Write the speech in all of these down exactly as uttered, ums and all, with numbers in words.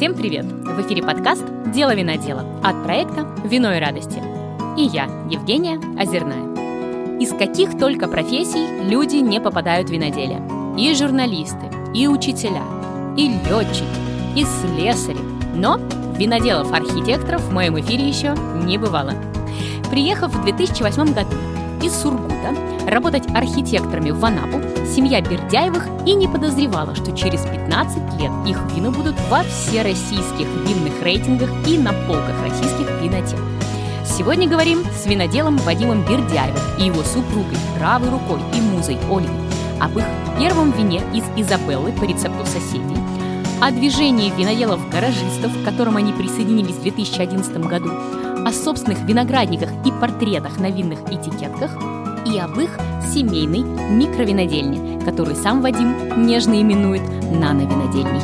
Всем привет! В эфире подкаст «Дело винодела» от проекта «Вино и радости». И я, Евгения Озерная. Из каких только профессий люди не попадают в виноделие. И журналисты, и учителя, и летчики, и слесари. Но виноделов-архитекторов в моем эфире еще не бывало. Приехав в две тысячи восьмом году из Сургута работать архитекторами в Анапу, семья Бердяевых и не подозревала, что через пятнадцать лет их вина будут во всероссийских винных рейтингах и на полках российских винотек. Сегодня говорим с виноделом Вадимом Бердяевым и его супругой, правой рукой и музой Ольгой об их первом вине из Изабеллы по рецепту соседей, о движении виноделов-гаражистов, к которым они присоединились в две тысячи одиннадцатом году, о собственных виноградниках и портретах на винных этикетках и об их семейной микровинодельне, которую сам Вадим нежно именует нановинодельней.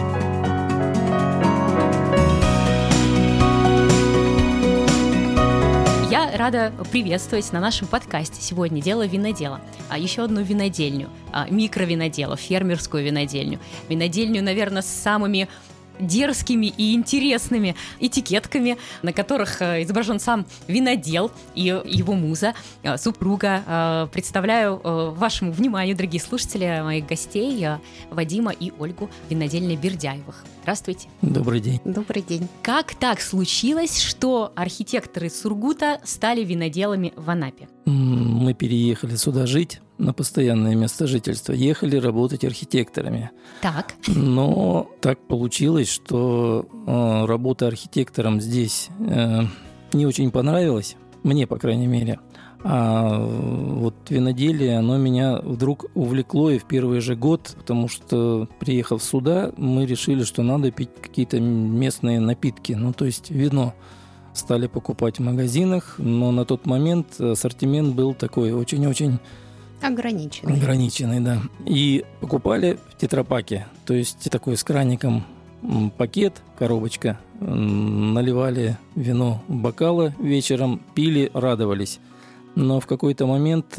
Я рада приветствовать на нашем подкасте сегодня «Дело винодела», а еще одну винодельню, микровинодела, фермерскую винодельню. Винодельню, наверное, с самыми дерзкими и интересными этикетками, на которых изображен сам винодел и его муза, супруга. Представляю вашему вниманию, дорогие слушатели, моих гостей Вадима и Ольгу, винодельни Бердяевых. Здравствуйте. Добрый день. Добрый день. Как так случилось, что архитекторы из Сургута стали виноделами в Анапе? Мы переехали сюда жить на постоянное место жительства. Ехали работать архитекторами. Так. Но так получилось, что э, работа архитектором здесь э, не очень понравилась. Мне, по крайней мере. А вот виноделие, оно меня вдруг увлекло и в первый же год, потому что, приехав сюда, мы решили, что надо пить какие-то местные напитки, ну, то есть вино. Стали покупать в магазинах, но на тот момент ассортимент был такой очень-очень ограниченный. Ограниченный, да. И покупали в тетрапаке, то есть такой с краником пакет, коробочка, наливали вино в бокалы вечером, пили, радовались. Но в какой-то момент,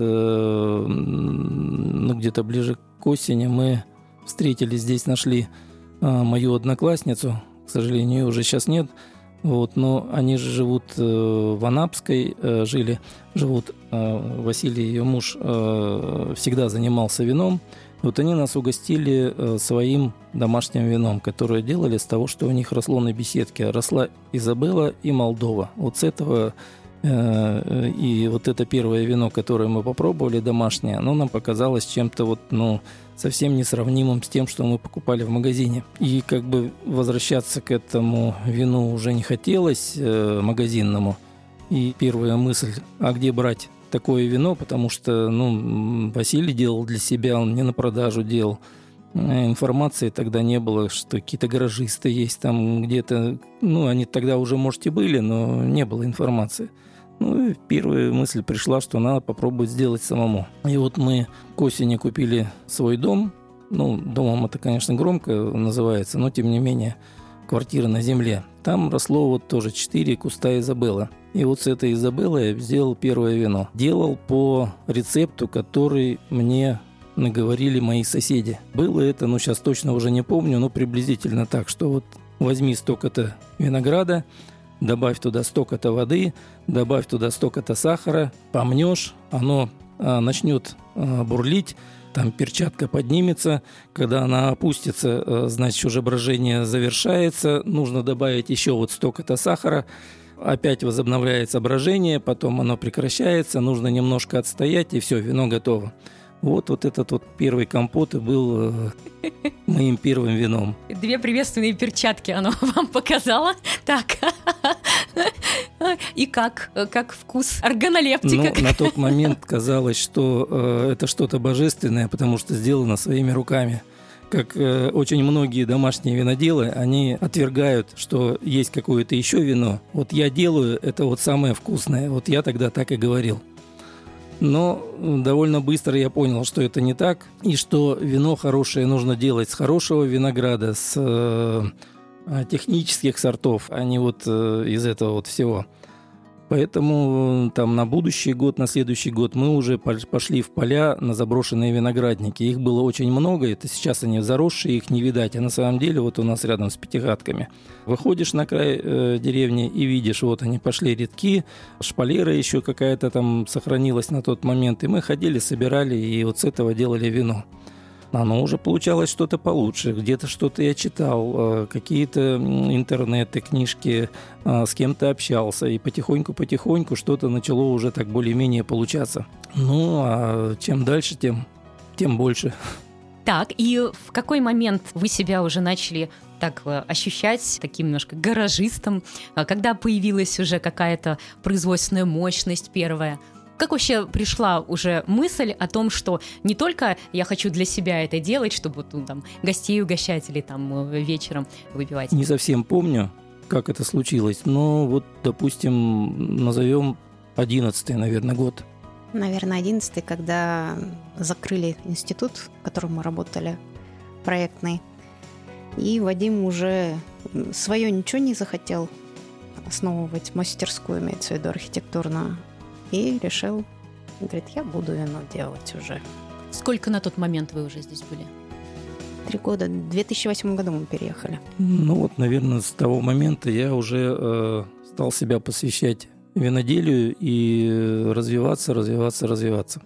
ну, где-то ближе к осени, мы встретились здесь, нашли мою одноклассницу, к сожалению, ее уже сейчас нет. Вот, но они же живут э, в Анапской, э, жили, живут, э, Василий, ее муж, э, всегда занимался вином. Вот они нас угостили э, своим домашним вином, которое делали с того, что у них росло на беседке. Росла Изабелла и Молдова. Вот с этого э, и вот это первое вино, которое мы попробовали, домашнее, оно нам показалось чем-то вот, ну, совсем несравнимым с тем, что мы покупали в магазине. И как бы возвращаться к этому вину уже не хотелось, э, магазинному. И первая мысль, а где брать такое вино, потому что, ну, Василий делал для себя, он не на продажу делал. Информации тогда не было, что какие-то гаражисты есть там где-то. Ну, они тогда уже, может, и были, но не было информации. Ну, и первая мысль пришла, что надо попробовать сделать самому. И вот мы к осени купили свой дом. Ну, домом это, конечно, громко называется, но, тем не менее, квартира на земле. Там росло вот тоже четыре куста Изабеллы. И вот с этой Изабеллой я сделал первое вино. Делал по рецепту, который мне наговорили мои соседи. Было это, ну, сейчас точно уже не помню, но приблизительно так, что вот возьми столько-то винограда, добавь туда столько-то воды, добавь туда столько-то сахара, помнешь, оно а, начнет а, бурлить, там перчатка поднимется, когда она опустится, а, значит, уже брожение завершается, нужно добавить еще вот столько-то сахара, опять возобновляется брожение, потом оно прекращается, нужно немножко отстоять, и все, вино готово. Вот, вот этот вот первый компот и был э, моим первым вином. Две приветственные перчатки оно вам показало. Так. И как? Как вкус органолептика? Ну, на тот момент казалось, что э, это что-то божественное, потому что сделано своими руками. Как э, очень многие домашние виноделы, они отвергают, что есть какое-то еще вино. Вот я делаю, это вот самое вкусное. Вот я тогда так и говорил. Но довольно быстро я понял, что это не так, и что вино хорошее нужно делать с хорошего винограда, с э, технических сортов, а не вот э, из этого вот всего. Поэтому там на будущий год, на следующий год мы уже пошли в поля на заброшенные виноградники. Их было очень много, это сейчас они заросшие, их не видать. А на самом деле вот у нас рядом с Пятихатками. Выходишь на край э, деревни и видишь, вот они пошли редки, шпалера еще какая-то там сохранилась на тот момент. И мы ходили, собирали и вот с этого делали вино. Оно уже получалось что-то получше. Где-то что-то я читал, какие-то интернеты, книжки, с кем-то общался. И потихоньку-потихоньку что-то начало уже так более-менее получаться. Ну, а чем дальше, тем, тем больше. Так, и в какой момент вы себя уже начали так ощущать таким немножко гаражистом? Когда появилась уже какая-то производственная мощность первая? Как вообще пришла уже мысль о том, что не только я хочу для себя это делать, чтобы ну, там, гостей угощать или там, вечером выпивать? Не совсем помню, как это случилось, но вот, допустим, назовем одиннадцатый, наверное, год. Наверное, одиннадцатый, когда закрыли институт, в котором мы работали, проектный. И Вадим уже свое ничего не захотел основывать, мастерскую, имеется в виду архитектурную. И решил, говорит, я буду вино делать уже. Сколько на тот момент вы уже здесь были? Три года. В две тысячи восьмом году мы переехали. Ну вот, наверное, с того момента я уже э, стал себя посвящать виноделию и развиваться, развиваться, развиваться.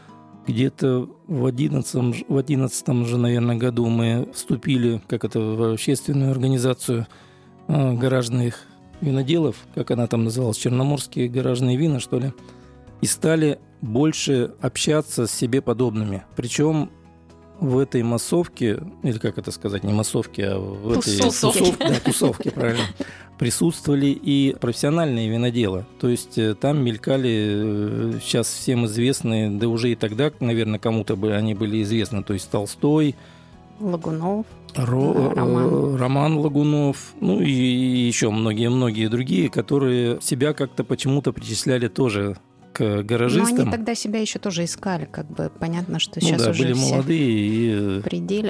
Где-то в одиннадцатом, в одиннадцатом же, наверное, году мы вступили, как это, в общественную организацию э, гаражных виноделов, как она там называлась, черноморские гаражные вина, что ли, и стали больше общаться с себе подобными. Причем в этой массовке, или как это сказать, не массовке, а в этой тусовке, да, тусовке, правильно, присутствовали и профессиональные виноделы. То есть там мелькали сейчас всем известные, да уже и тогда, наверное, кому-то бы они были известны, то есть Толстой, Лагунов, Ро- Роман. Роман Лагунов, ну и еще многие-многие другие, которые себя как-то почему-то причисляли тоже к гаражистам. Но они тогда себя еще тоже искали, как бы понятно, что ну сейчас да, уже были все молодые и пределе.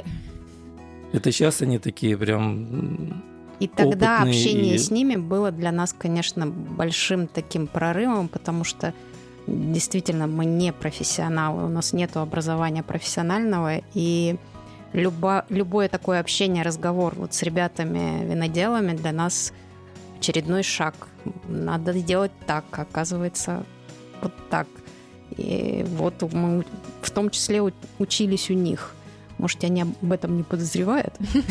Это сейчас они такие прям И тогда опытные общение и... с ними было для нас, конечно, большим таким прорывом, потому что действительно мы не профессионалы, у нас нет образования профессионального, и любо, любое такое общение, разговор вот с ребятами-виноделами для нас очередной шаг. Надо сделать так, оказывается, вот так. И вот мы в том числе учились у них. Может, они об этом не подозревают,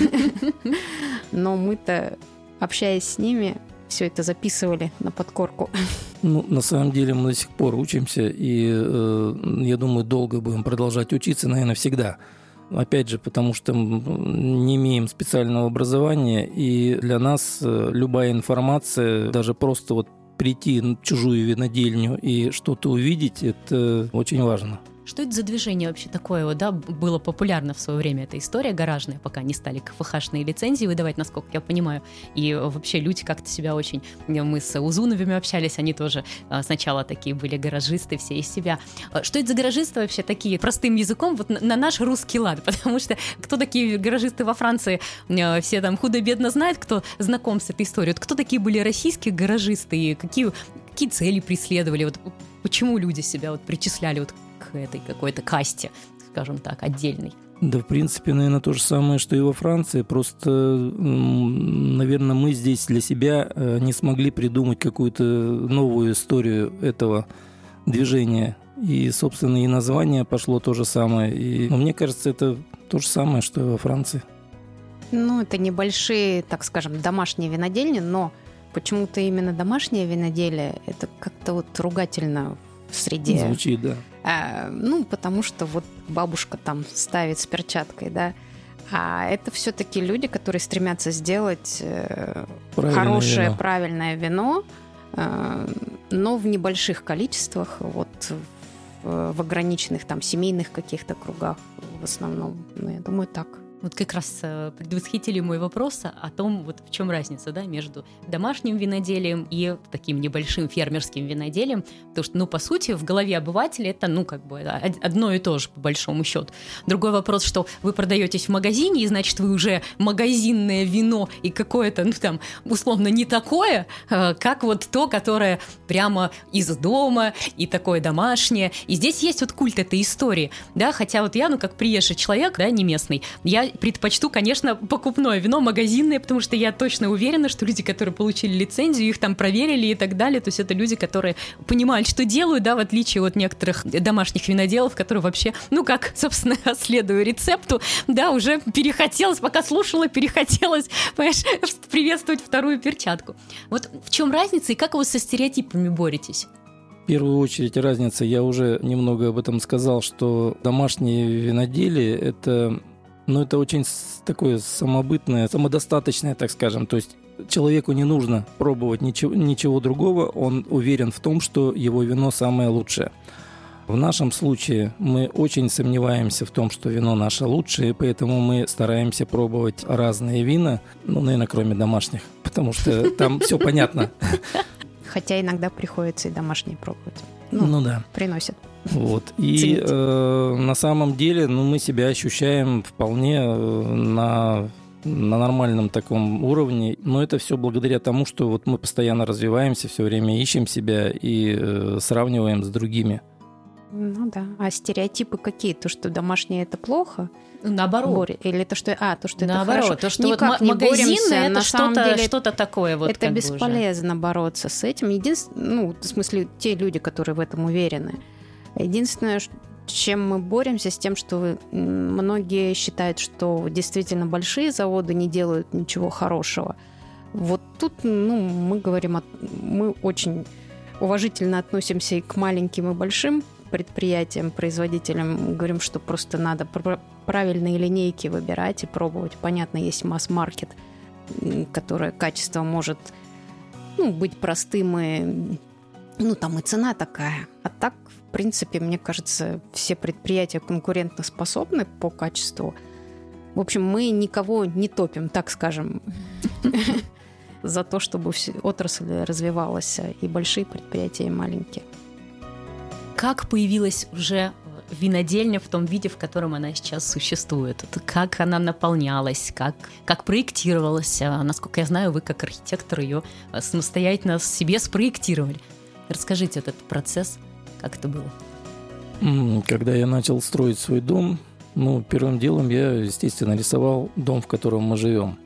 но мы-то, общаясь с ними, все это записывали на подкорку. Ну, на самом деле мы до сих пор учимся, и э, я думаю, долго будем продолжать учиться, наверное, всегда. Опять же, потому что не имеем специального образования, и для нас любая информация, даже просто вот прийти в чужую винодельню и что-то увидеть, это очень важно. Что это за движение вообще такое? Вот, да, было популярно в свое время эта история гаражная, пока не стали КФХ-шные лицензии выдавать, насколько я понимаю. И вообще люди как-то себя очень... Мы с Узуновыми общались, они тоже сначала такие были гаражисты, все из себя. Что это за гаражисты вообще такие, простым языком, вот на наш русский лад? Потому что кто такие гаражисты во Франции, все там худо-бедно знают, кто знаком с этой историей. Вот кто такие были российские гаражисты и какие, какие цели преследовали? Вот почему люди себя вот причисляли вот к этой какой-то касте, скажем так, отдельной? Да, в принципе, наверное, то же самое, что и во Франции. Просто, наверное, мы здесь для себя не смогли придумать какую-то новую историю этого движения. И, собственно, и название пошло то же самое. И, но мне кажется, это то же самое, что и во Франции. Ну, это небольшие, так скажем, домашние винодельни, но почему-то именно домашнее виноделие, это как-то вот ругательно в среде. Звучит, да. А, ну, потому что вот бабушка там ставит с перчаткой, да. А это все-таки люди, которые стремятся сделать правильное хорошее, вино. правильное вино, но в небольших количествах, вот в, в ограниченных там семейных каких-то кругах в основном. Ну, я думаю, так. Вот как раз предвосхитили мой вопрос о том, вот в чем разница, да, между домашним виноделием и таким небольшим фермерским виноделием. Потому что, ну, по сути, в голове обывателя это, ну, как бы одно и то же, по большому счету. Другой вопрос, что вы продаетесь в магазине, и, значит, вы уже магазинное вино и какое-то, ну, там, условно, не такое, как вот то, которое прямо из дома и такое домашнее. И здесь есть вот культ этой истории, да, хотя вот я, ну, как приезжий человек, да, не местный, я предпочту, конечно, покупное вино, магазинное, потому что я точно уверена, что люди, которые получили лицензию, их там проверили и так далее, то есть это люди, которые понимают, что делают, да, в отличие от некоторых домашних виноделов, которые вообще, ну, как, собственно, следуя рецепту, да, уже перехотелось, пока слушала, перехотелось, понимаешь, приветствовать вторую перчатку. Вот в чем разница и как вы со стереотипами боретесь? В первую очередь разница, я уже немного об этом сказал, что домашние виноделие – это, ну, это очень такое самобытное, самодостаточное, так скажем. То есть человеку не нужно пробовать ничего, ничего другого, он уверен в том, что его вино самое лучшее. В нашем случае мы очень сомневаемся в том, что вино наше лучшее, поэтому мы стараемся пробовать разные вина, ну, наверное, кроме домашних, потому что там все понятно. Хотя иногда приходится и домашние пробовать. Ну, ну да. Приносят. Вот. И э, на самом деле, ну, мы себя ощущаем вполне на, на нормальном таком уровне. Но это все благодаря тому, что вот мы постоянно развиваемся, все время ищем себя и э, сравниваем с другими. Ну да. А стереотипы какие? То, что домашнее – это плохо? Наоборот. Или то, что, а, то, что Наоборот, это хорошо. то, что никак вот не магазинное боремся, это на что-то, самом деле, что-то такое. Вот это бесполезно уже. Бороться с этим. Единственное, ну, в смысле, те люди, которые в этом уверены. Единственное, чем мы боремся, с тем, что многие считают, что действительно большие заводы не делают ничего хорошего. Вот тут, ну, мы говорим, мы очень уважительно относимся и к маленьким, и большим предприятиям, производителям. Говорим, что просто надо правильные линейки выбирать и пробовать. Понятно, есть масс-маркет, которое качество может, ну, быть простым, и, ну, там и цена такая. А так, в принципе, мне кажется, все предприятия конкурентоспособны по качеству. В общем, мы никого не топим, так скажем, за то, чтобы отрасль развивалась, и большие предприятия, и маленькие. Как появилась уже винодельня в том виде, в котором она сейчас существует? Как она наполнялась, как, как проектировалась? Насколько я знаю, вы как архитектор ее самостоятельно себе спроектировали. Расскажите этот процесс, как это было? Когда я начал строить свой дом, ну, первым делом я, естественно, рисовал дом, в котором мы живем.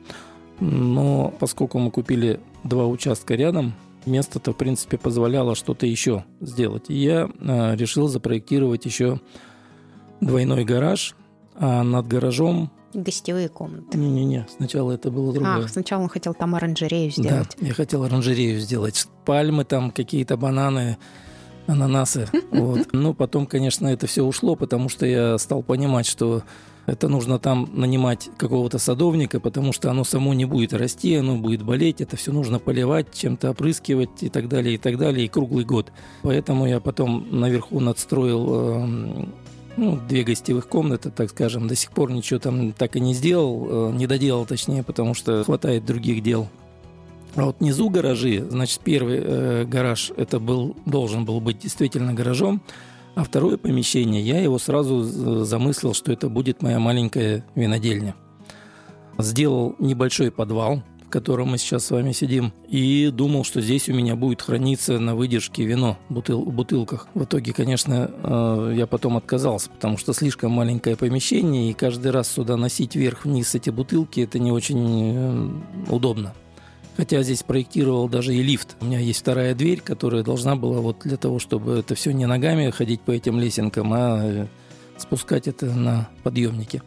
Но поскольку мы купили два участка рядом, место-то, в принципе, позволяло что-то еще сделать. И я э, решил запроектировать еще двойной гараж, а над гаражом... Гостевые комнаты. Не-не-не, сначала это было другое. А, сначала он хотел там оранжерею сделать. Да, я хотел оранжерею сделать. Пальмы там, какие-то бананы, ананасы. Вот. Ну, потом, конечно, это все ушло, потому что я стал понимать, что это нужно там нанимать какого-то садовника, потому что оно само не будет расти, оно будет болеть, это все нужно поливать, чем-то опрыскивать и так далее, и так далее, и круглый год. Поэтому я потом наверху надстроил э, ну, две гостевых комнаты, так скажем. До сих пор ничего там так и не сделал, э, не доделал точнее, потому что хватает других дел. А вот внизу гаражи, значит, первый э, гараж, это был, должен был быть действительно гаражом, а второе помещение, я его сразу замыслил, что это будет моя маленькая винодельня. Сделал небольшой подвал, в котором мы сейчас с вами сидим, и думал, что здесь у меня будет храниться на выдержке вино в бутыл- в бутылках. В итоге, конечно, я потом отказался, потому что слишком маленькое помещение, и каждый раз сюда носить вверх-вниз эти бутылки, это не очень удобно. Хотя здесь проектировал даже и лифт. У меня есть вторая дверь, которая должна была вот для того, чтобы это все не ногами ходить по этим лесенкам, а спускать это на подъемнике.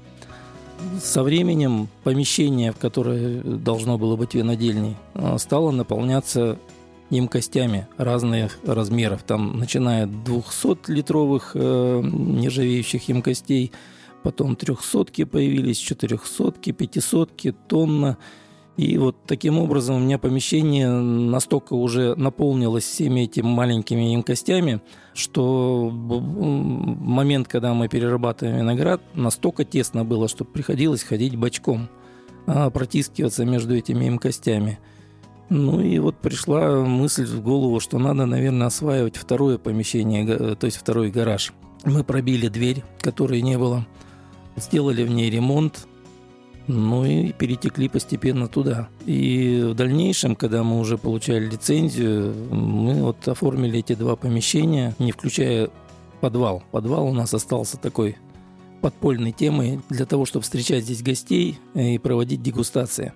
Со временем помещение, в которое должно было быть винодельней, стало наполняться емкостями разных размеров. Там, начиная от двухсотлитровых э, нержавеющих емкостей, потом трехсотки появились, четырехсотки, пятисотки, тонна. И вот таким образом у меня помещение настолько уже наполнилось всеми этими маленькими емкостями, что в момент, когда мы перерабатываем виноград, настолько тесно было, что приходилось ходить бочком, протискиваться между этими емкостями. Ну и вот пришла мысль в голову, что надо, наверное, осваивать второе помещение, то есть второй гараж. Мы пробили дверь, которой не было, сделали в ней ремонт, ну и перетекли постепенно туда. И в дальнейшем, когда мы уже получали лицензию, мы вот оформили эти два помещения, не включая подвал. Подвал у нас остался такой подпольной темой для того, чтобы встречать здесь гостей и проводить дегустации.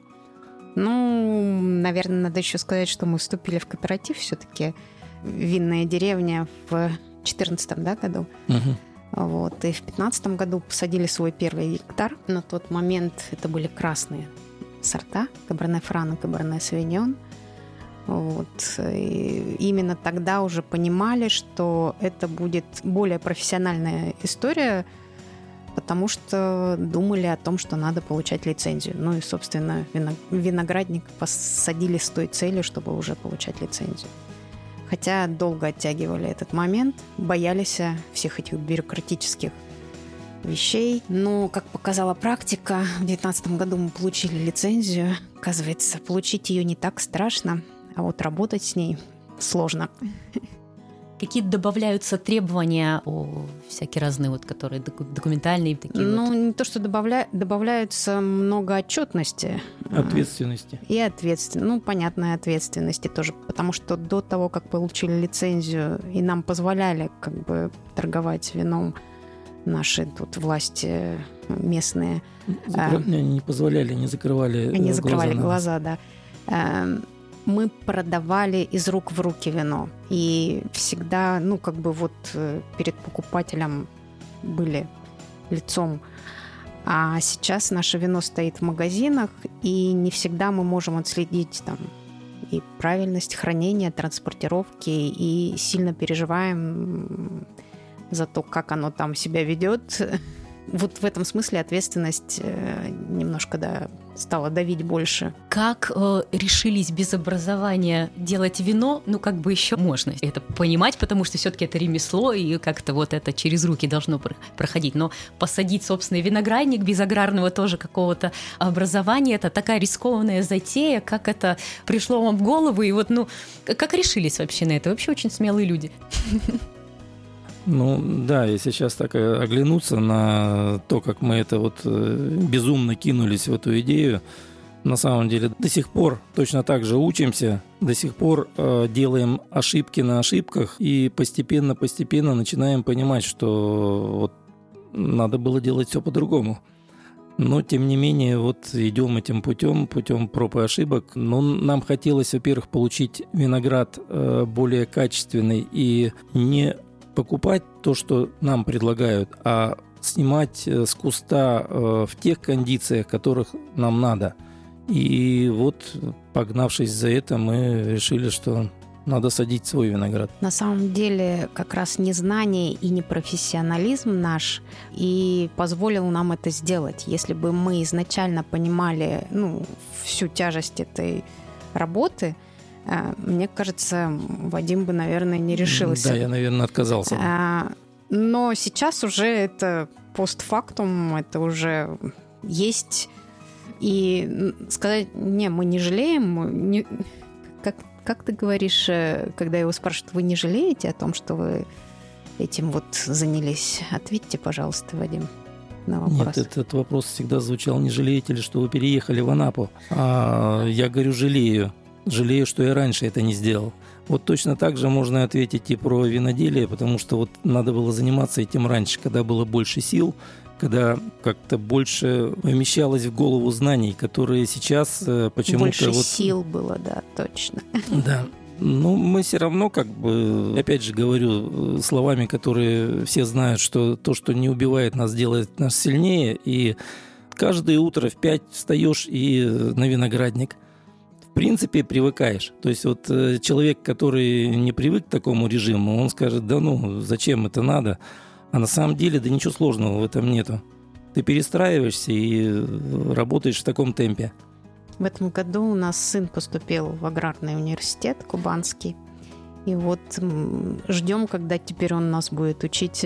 Ну, наверное, надо еще сказать, что мы вступили в кооператив все-таки. Винная деревня в две тысячи четырнадцатом, да, году. Угу. Вот. И в две тысячи пятнадцатом году посадили свой первый гектар. На тот момент это были красные сорта. Каберне Фран и Каберне Совиньон. Вот. И именно тогда уже понимали, что это будет более профессиональная история, потому что думали о том, что надо получать лицензию. Ну и, собственно, виноградник посадили с той целью, чтобы уже получать лицензию. Хотя долго оттягивали этот момент, боялись всех этих бюрократических вещей. Но, как показала практика, в две тысячи девятнадцатом году мы получили лицензию. Оказывается, получить ее не так страшно, а вот работать с ней сложно. Какие добавляются требования, о, всякие разные, вот, которые документальные такие? Ну, вот. Не то, что добавля... добавляются много отчетности. Ответственности. И ответственности. Ну, понятной ответственности тоже. Потому что до того, как получили лицензию, и нам позволяли как бы торговать вином наши тут власти местные. Закры... а... Не позволяли, не закрывали Они закрывали глаза, глаза, да. Мы продавали из рук в руки вино. И всегда, ну, как бы вот перед покупателем были лицом. А сейчас наше вино стоит в магазинах, и не всегда мы можем отследить там и правильность хранения, транспортировки, и сильно переживаем за то, как оно там себя ведет. Вот в этом смысле ответственность немножко, да, стала давить больше. Как э, решились без образования делать вино? Ну, как бы еще можно это понимать, потому что все-таки это ремесло, и как-то вот это через руки должно проходить. Но посадить собственный виноградник без аграрного тоже какого-то образования, это такая рискованная затея. Как это пришло вам в голову? И вот, ну, как решились вообще на это? Вообще очень смелые люди. Ну да, если сейчас так оглянуться на то, как мы это вот безумно кинулись в эту идею, на самом деле до сих пор точно так же учимся, до сих пор э, делаем ошибки на ошибках и постепенно-постепенно начинаем понимать, что вот надо было делать все по-другому. Но, тем не менее, вот идем этим путем, путем проб и ошибок. Но нам хотелось, во-первых, получить виноград э, более качественный и не покупать то, что нам предлагают, а снимать с куста в тех кондициях, которых нам надо. И вот, погнавшись за это, мы решили, что надо садить свой виноград. На самом деле, как раз незнание и непрофессионализм наш и позволил нам это сделать. Если бы мы изначально понимали, ну, всю тяжесть этой работы, мне кажется, Вадим бы, наверное, не решился. Да, я, наверное, отказался. А, но сейчас уже это постфактум, это уже есть. И сказать, не, мы не жалеем. Не, как, как ты говоришь, когда его спрашивают, вы не жалеете о том, что вы этим вот занялись? Ответьте, пожалуйста, Вадим, на вопрос. Нет, этот вопрос всегда звучал, не жалеете ли, что вы переехали в Анапу? А я говорю, жалею. Жалею, что я раньше это не сделал. Вот точно так же можно ответить и про виноделие, потому что вот надо было заниматься этим раньше, когда было больше сил, когда как-то больше вмещалось в голову знаний, которые сейчас почему-то... Больше вот... сил было, да, точно. Да. Но мы все равно, как бы, опять же говорю словами, которые все знают, что то, что не убивает нас, делает нас сильнее. И каждое утро в пять встаешь и на виноградник. В принципе, привыкаешь. То есть вот человек, который не привык к такому режиму, он скажет, да ну, зачем это надо? А на самом деле, да ничего сложного в этом нету. Ты перестраиваешься и работаешь в таком темпе. В этом году у нас сын поступил в аграрный университет кубанский. И вот ждем, когда теперь он нас будет учить,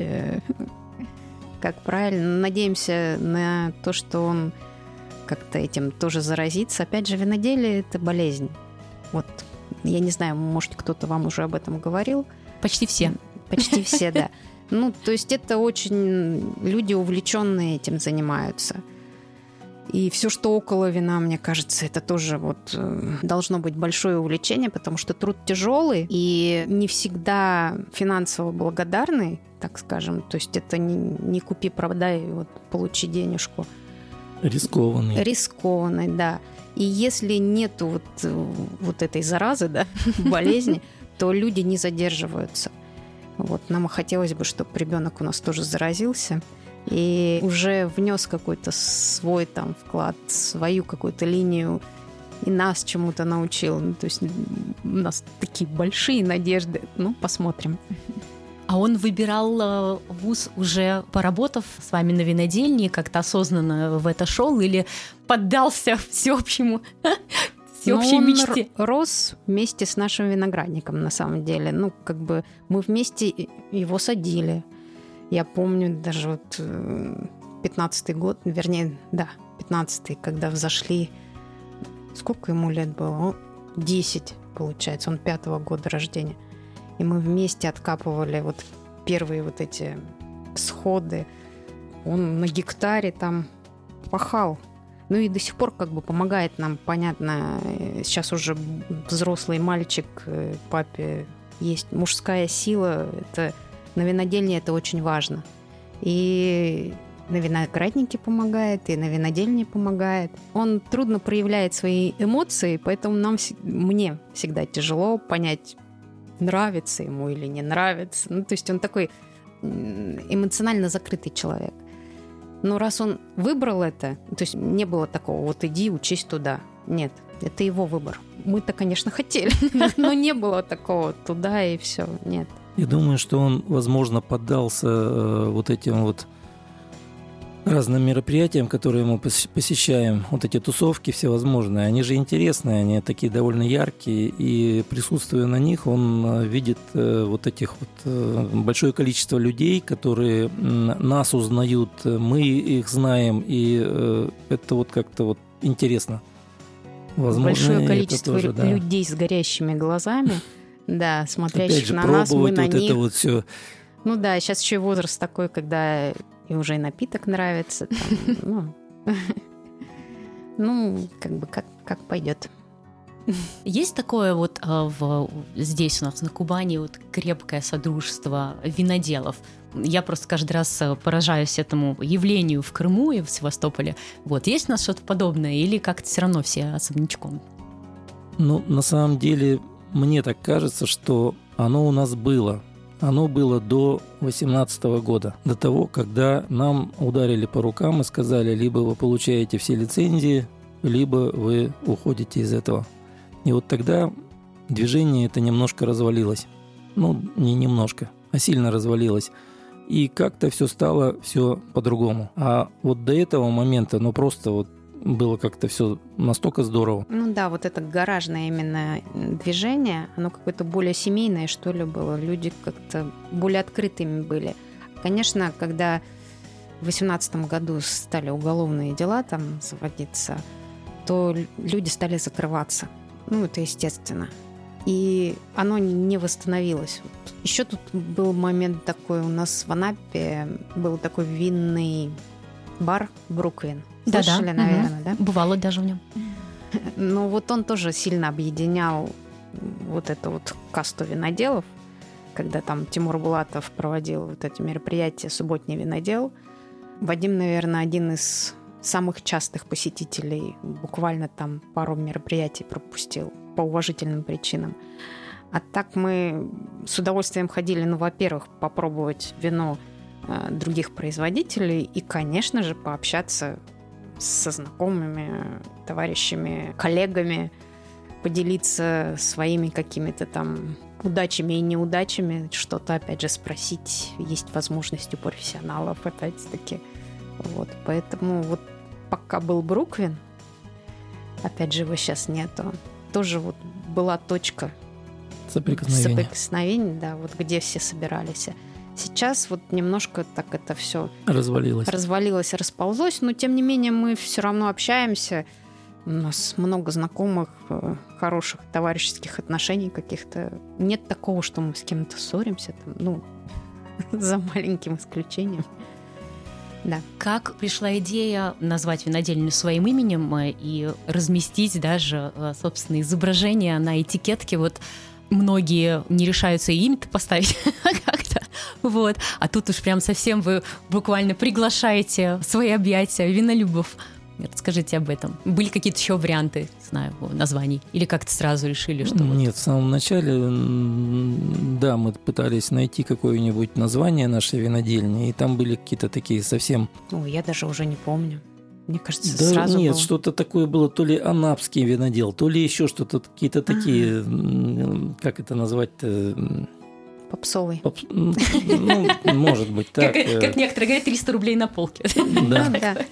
как правильно. Надеемся на то, что он как-то этим тоже заразится. Опять же, виноделие – это болезнь. Вот, я не знаю, может, кто-то вам уже об этом говорил. Почти все. Почти все, да. Ну, то есть это очень... Люди увлеченные этим занимаются. И все, что около вина, мне кажется, это тоже вот должно быть большое увлечение, потому что труд тяжелый и не всегда финансово благодарный, так скажем. То есть это не, не купи, продай, вот, получи денежку. Рискованный. Рискованный, да. И если нету вот, вот этой заразы, да, болезни, то люди не задерживаются. Вот, нам хотелось бы, чтобы ребенок у нас тоже заразился и уже внес какой-то свой там вклад, свою какую-то линию и нас чему-то научил. Ну, то есть у нас такие большие надежды. Ну, посмотрим. А он выбирал вуз уже поработав с вами на винодельне, как-то осознанно в это шел или поддался всеобщему, всеобщей он мечте? Он рос вместе с нашим виноградником, на самом деле. Ну, как бы мы вместе его садили. Я помню даже вот пятнадцатый год, вернее, да, пятнадцатый, когда взошли... Сколько ему лет было? десять, получается. Он пятого года рождения. И мы вместе откапывали вот первые вот эти всходы. Он на гектаре там пахал. Ну и до сих пор как бы помогает нам, понятно. Сейчас уже взрослый мальчик, папе есть мужская сила. Это, на винодельне это очень важно. И на винограднике помогает, и на винодельне помогает. Он трудно проявляет свои эмоции, поэтому нам, мне всегда тяжело понять, нравится ему или не нравится. Ну, то есть он такой эмоционально закрытый человек. Но раз он выбрал это, то есть не было такого, вот иди, учись туда. Нет, это его выбор. Мы-то, конечно, хотели, но не было такого туда и все. Нет. Я думаю, что он, возможно, поддался вот этим вот разным мероприятиям, которые мы посещаем, вот эти тусовки всевозможные, они же интересные, они такие довольно яркие, и присутствуя на них, он видит вот этих вот большое количество людей, которые нас узнают, мы их знаем, и это вот как-то вот интересно. Возможно, большое количество тоже, да, людей с горящими глазами, да, смотрящих опять же, на нас, мы на вот них. Это вот все. Ну да, сейчас еще возраст такой, когда и уже и напиток нравится. Там, ну, ну, как бы как, как пойдет. Есть такое вот в, здесь у нас на Кубани вот крепкое содружество виноделов. Я просто каждый раз поражаюсь этому явлению в Крыму и в Севастополе. Вот, есть у нас что-то подобное или как-то все равно все особнячком? Ну, на самом деле, мне так кажется, что оно у нас было. Оно было до две тысячи восемнадцатого года, до того, когда нам ударили по рукам и сказали, либо вы получаете все лицензии, либо вы уходите из этого. И вот тогда движение это немножко развалилось. Ну, не немножко, а сильно развалилось. И как-то все стало все по-другому. А вот до этого момента, ну просто вот было как-то все настолько здорово. Ну да, вот это гаражное именно движение, оно какое-то более семейное, что ли, было. Люди как-то более открытыми были. Конечно, когда в восемнадцатом году стали уголовные дела там заводиться, то люди стали закрываться. Ну, это естественно. И оно не восстановилось. Еще тут был момент такой, у нас в Анапе был такой винный бар «Бруквин». Слышали, да, да. наверное, угу. да? Бывало даже в нем. Ну, вот он тоже сильно объединял вот эту вот касту виноделов, когда там Тимур Булатов проводил вот эти мероприятия «Субботний винодел». Вадим, наверное, один из самых частых посетителей, буквально там пару мероприятий пропустил по уважительным причинам. А так мы с удовольствием ходили, ну, во-первых, попробовать вино э, других производителей и, конечно же, пообщаться со знакомыми, товарищами, коллегами, поделиться своими какими-то там удачами и неудачами, что-то, опять же, спросить. Есть возможность у профессионалов, опять-таки. Вот, поэтому вот пока был Бруквин, опять же, его сейчас нету. Тоже вот была точка Соприкосновения. Соприкосновения, да, вот где все собирались. Сейчас вот немножко так это все развалилось. развалилось, расползлось, но тем не менее мы все равно общаемся. У нас много знакомых, хороших товарищеских отношений каких-то. Нет такого, что мы с кем-то ссоримся, там, ну, за маленьким исключением. Да. Как пришла идея назвать винодельню своим именем и разместить даже собственное изображение на этикетке? Вот многие не решаются и имя-то поставить как-то. Вот. А тут уж прям совсем вы буквально приглашаете в свои объятия винолюбов. Расскажите об этом. Были какие-то еще варианты, не знаю, названий? Или как-то сразу решили, что... Нет, вот... в самом начале, да, мы пытались найти какое-нибудь название нашей винодельни, и там были какие-то такие совсем... Ну, я даже уже не помню. Мне кажется, да, сразу нет, было... что-то такое было, то ли анапский винодел, то ли еще что-то, какие-то такие, ага. Как это назвать-то... Попсовый. Поп... Ну, может быть, так. Как, как некоторые говорят, триста рублей на полке. Да.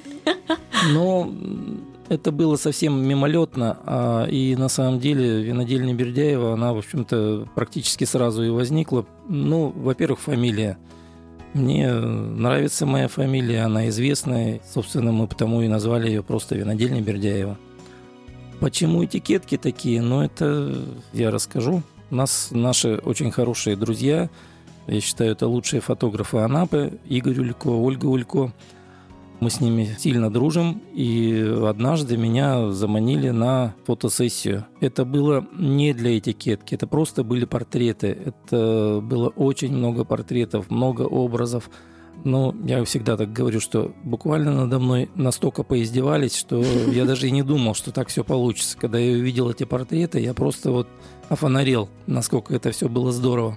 Но это было совсем мимолетно, а, и на самом деле винодельня Бердяева, она, в общем-то, практически сразу и возникла. Ну, во-первых, фамилия. Мне нравится моя фамилия, она известная. Собственно, мы потому и назвали ее просто винодельня Бердяева. Почему этикетки такие? Ну, это я расскажу. У нас наши очень хорошие друзья, я считаю, это лучшие фотографы Анапы, Игорь Улько, Ольга Улько. Мы с ними сильно дружим, и однажды меня заманили на фотосессию. Это было не для этикетки, это просто были портреты. Это было очень много портретов, много образов. Но я всегда так говорю, что буквально надо мной настолько поиздевались, что я даже и не думал, что так все получится. Когда я увидел эти портреты, я просто вот офонарел, насколько это все было здорово.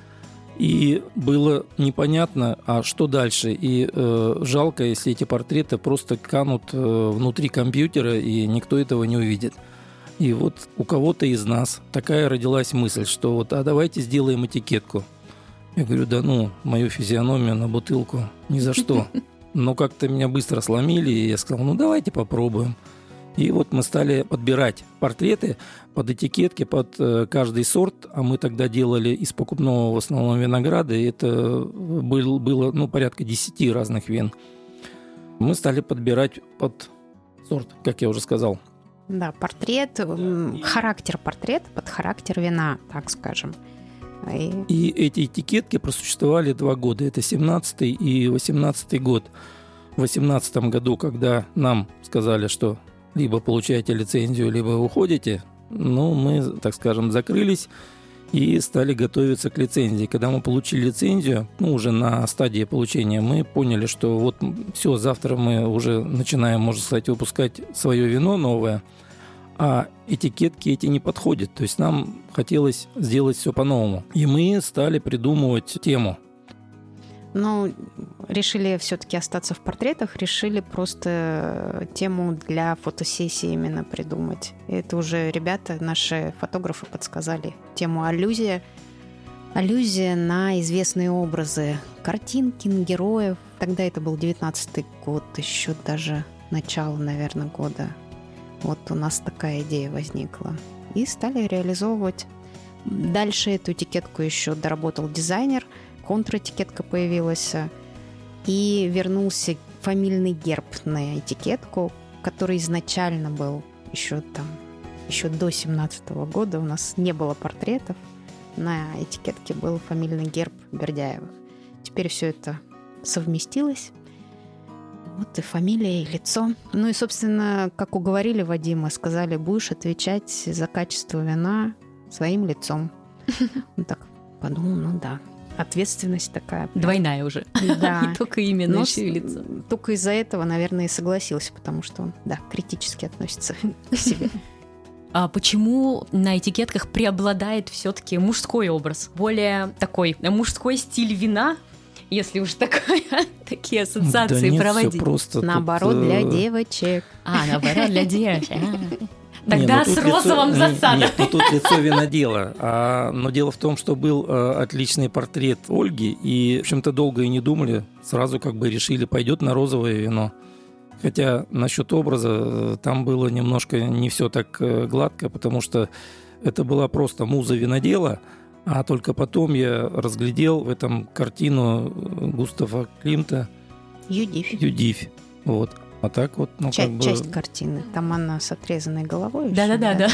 И было непонятно, а что дальше. И э, жалко, если эти портреты просто канут э, внутри компьютера, и никто этого не увидит. И вот у кого-то из нас такая родилась мысль, что вот, а давайте сделаем этикетку. Я говорю, да ну, мою физиономию на бутылку ни за что. Но как-то меня быстро сломили, и я сказал, ну давайте попробуем. И вот мы стали подбирать портреты под этикетки, под э, каждый сорт, а мы тогда делали из покупного в основном винограда, и это был, было ну, порядка десяти разных вин. Мы стали подбирать под сорт, как я уже сказал. Да, портрет, да. Характер портрета под характер вина, так скажем. И... и эти этикетки просуществовали два года, это семнадцатый и восемнадцатый год. В восемнадцатом году, когда нам сказали, что либо получаете лицензию, либо уходите, ну, мы, так скажем, закрылись и стали готовиться к лицензии. Когда мы получили лицензию, ну, уже на стадии получения, мы поняли, что вот все, завтра мы уже начинаем, можно сказать, выпускать свое вино новое, а этикетки эти не подходят. То есть нам хотелось сделать все по-новому. И мы стали придумывать тему. Ну, решили все-таки остаться в портретах, решили просто тему для фотосессии именно придумать. И это уже ребята, наши фотографы подсказали тему аллюзия. Аллюзия на известные образы, картинки, героев. Тогда это был девятнадцатый год, еще даже начало, наверное, года. Вот у нас такая идея возникла. И стали реализовывать. Дальше эту этикетку еще доработал дизайнер, контр-этикетка появилась, и вернулся фамильный герб на этикетку, который изначально был еще там, еще до семнадцатого года. У нас не было портретов, на этикетке был фамильный герб Бердяевых. Теперь все это совместилось. Вот и фамилия, и лицо. Ну и, собственно, как уговорили Вадима, сказали, будешь отвечать за качество вина своим лицом. Он так подумал, ну да. Ответственность такая. Двойная уже. Да. Не только имя, но еще и лицо. Только из-за этого, наверное, и согласился, потому что он, да, критически относится к себе. А почему на этикетках преобладает все-таки мужской образ? Более такой мужской стиль вина, если уж такое, такие ассоциации да нет, проводить. Просто наоборот, тут, для э... девочек. А, наоборот, для девочек. Тогда не, ну с розовым лицо, засадом. Нет, ну тут лицо винодела. А, но дело в том, что был а, отличный портрет Ольги, и, в общем-то, долго и не думали, сразу как бы решили, пойдет на розовое вино. Хотя насчет образа там было немножко не все так гладко, потому что это была просто муза винодела, а только потом я разглядел в этом картину Густава Климта Юдифь. Юдифь. Вот. А так вот, ну, часть, как бы... часть картины. Там она с отрезанной головой. Да-да-да.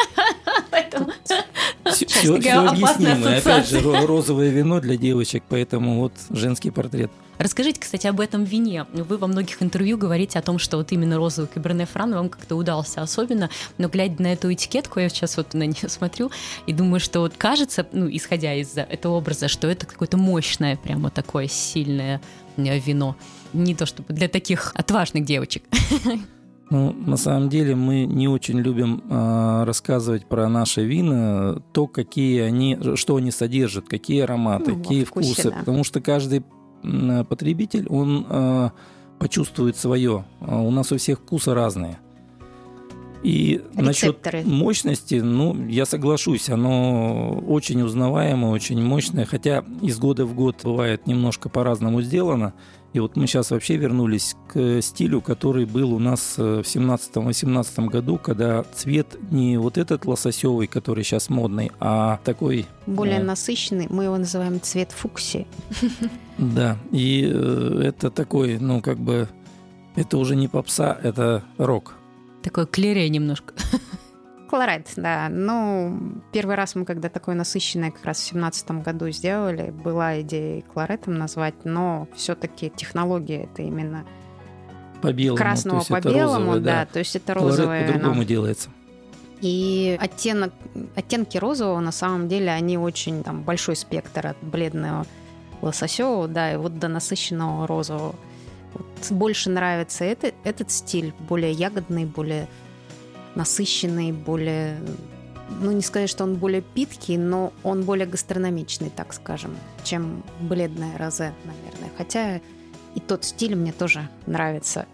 Все, все объяснимо. Опять же, розовое вино для девочек, поэтому вот женский портрет. Расскажите, кстати, об этом вине. Вы во многих интервью говорите о том, что вот именно розовый Каберне Фран вам как-то удался особенно, но глядя на эту этикетку, я сейчас вот на нее смотрю и думаю, что вот кажется, ну, исходя из этого образа, что это какое-то мощное, прямо такое сильное вино. Не то чтобы для таких отважных девочек. Ну, на самом деле мы не очень любим э, рассказывать про наши вина, то, какие они, что они содержат, какие ароматы, ну, какие вкусе, вкусы, да. Потому что каждый э, потребитель, он э, почувствует свое. У нас у всех вкусы разные. И рецепторы. Насчет мощности, ну, я соглашусь, оно очень узнаваемое, очень мощное, хотя из года в год бывает немножко по-разному сделано. И вот мы сейчас вообще вернулись к стилю, который был у нас в семнадцатом-восемнадцатом году, когда цвет не вот этот лососевый, который сейчас модный, а такой... Более э... насыщенный, мы его называем цвет фуксии. Да, и это такой, ну, как бы, это уже не попса, это рок. Такой клире немножко. Колорит, да. Ну, первый раз мы, когда такое насыщенное как раз в семнадцатом году сделали, была идея колоритом назвать, но все-таки технология это именно по белому, красного по белому, розовое, да. да, то есть это розовое. Колорит по-другому делается. И оттенок, оттенки розового, на самом деле, они очень, там, большой спектр от бледного лососевого, да, и вот до насыщенного розового. Вот больше нравится это, этот стиль, более ягодный, более насыщенный, более, ну не сказать, что он более питкий, но он более гастрономичный, так скажем, чем бледное розе, наверное. Хотя и тот стиль мне тоже нравится.